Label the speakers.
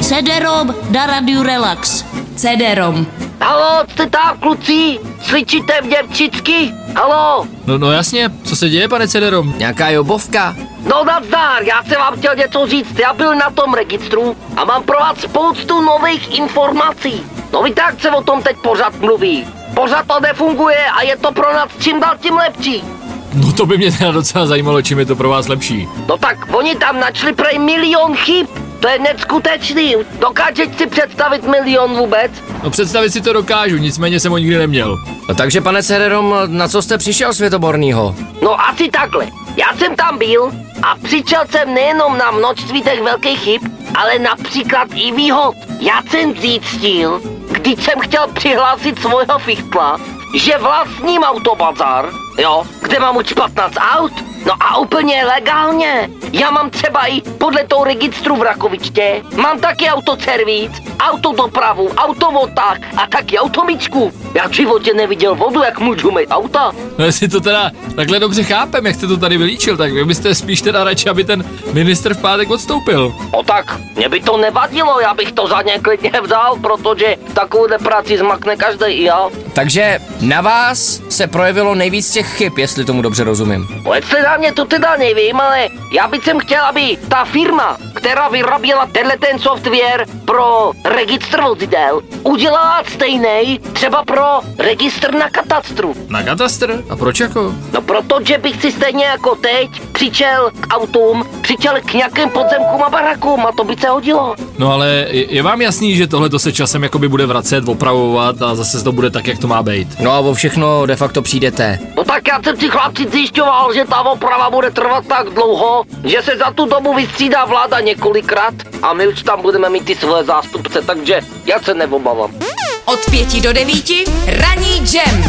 Speaker 1: CD-ROM na Radio Relax. CD-ROM.
Speaker 2: Haló, jste tam, kluci? Slyšíte mě včicky? Haló?
Speaker 3: No jasně, co se děje, pane CD-ROM?
Speaker 4: Nějaká jobovka?
Speaker 2: No nazdar, já jsem vám chtěl něco říct, já byl na tom registru a mám pro vás spoustu nových informací. No víte, jak se o tom teď pořád mluví. Pořád to nefunguje a je to pro nás čím dál tím lepší.
Speaker 3: No to by mě teda docela zajímalo, čím je to pro vás lepší.
Speaker 2: No tak oni tam našli prej 1 000 000 chyb. To je neskutečný. Dokážete si představit 1 000 000 vůbec?
Speaker 3: No představit si to dokážu, nicméně jsem ho nikdy neměl.
Speaker 4: No takže pane CD-ROM, na co jste přišel světobornýho?
Speaker 2: No asi takhle. Já jsem tam byl a přišel jsem nejenom na množství těch velkých chyb, ale například i výhod. Já jsem zjistil, když jsem chtěl přihlásit svojho fichtla, že vlastním autobazar, jo, kde mám už 15 aut, no a úplně legálně. Já mám třeba i podle toho registru v Rakovičtě, mám taky autoservis, autodopravu, autovoták a taky automíčku. Já v životě neviděl vodu, jak můžu mít auta.
Speaker 3: No jestli to teda takhle dobře chápem, jak jste to tady vylíčil, tak vy byste spíš teda radši, aby ten ministr v pátek odstoupil.
Speaker 2: No tak, mě by to nevadilo, já bych to za ně klidně vzal, protože takovouhle práci zmakne každý i já.
Speaker 4: Takže na vás se projevilo nejvíc těch chyb, jestli tomu dobře rozumím.
Speaker 2: No jestli na mě to teda nevím, ale já bych chtěl, aby ta firma, která vyrobila ten software pro registr vozidel, udělala stejnej třeba pro registr na katastru.
Speaker 3: Na katastr? A proč jako?
Speaker 2: No protože bych si stejně jako teď přišel k autům, přišel k nějakým podzemkům a barakům a to by se hodilo.
Speaker 3: No ale je vám jasný, že tohle to se časem jakoby bude vracet, opravovat a zase to bude tak, jak to má být.
Speaker 4: No a o všechno de facto přijdete.
Speaker 2: No tak já jsem si chlapci zjišťoval, že ta oprava bude trvat tak dlouho, že se za tu dobu vystřídá vláda několikrát a my už tam budeme mít ty svoje zástupce, takže já se neobávám.
Speaker 5: Od 5 do 9 ranní jam.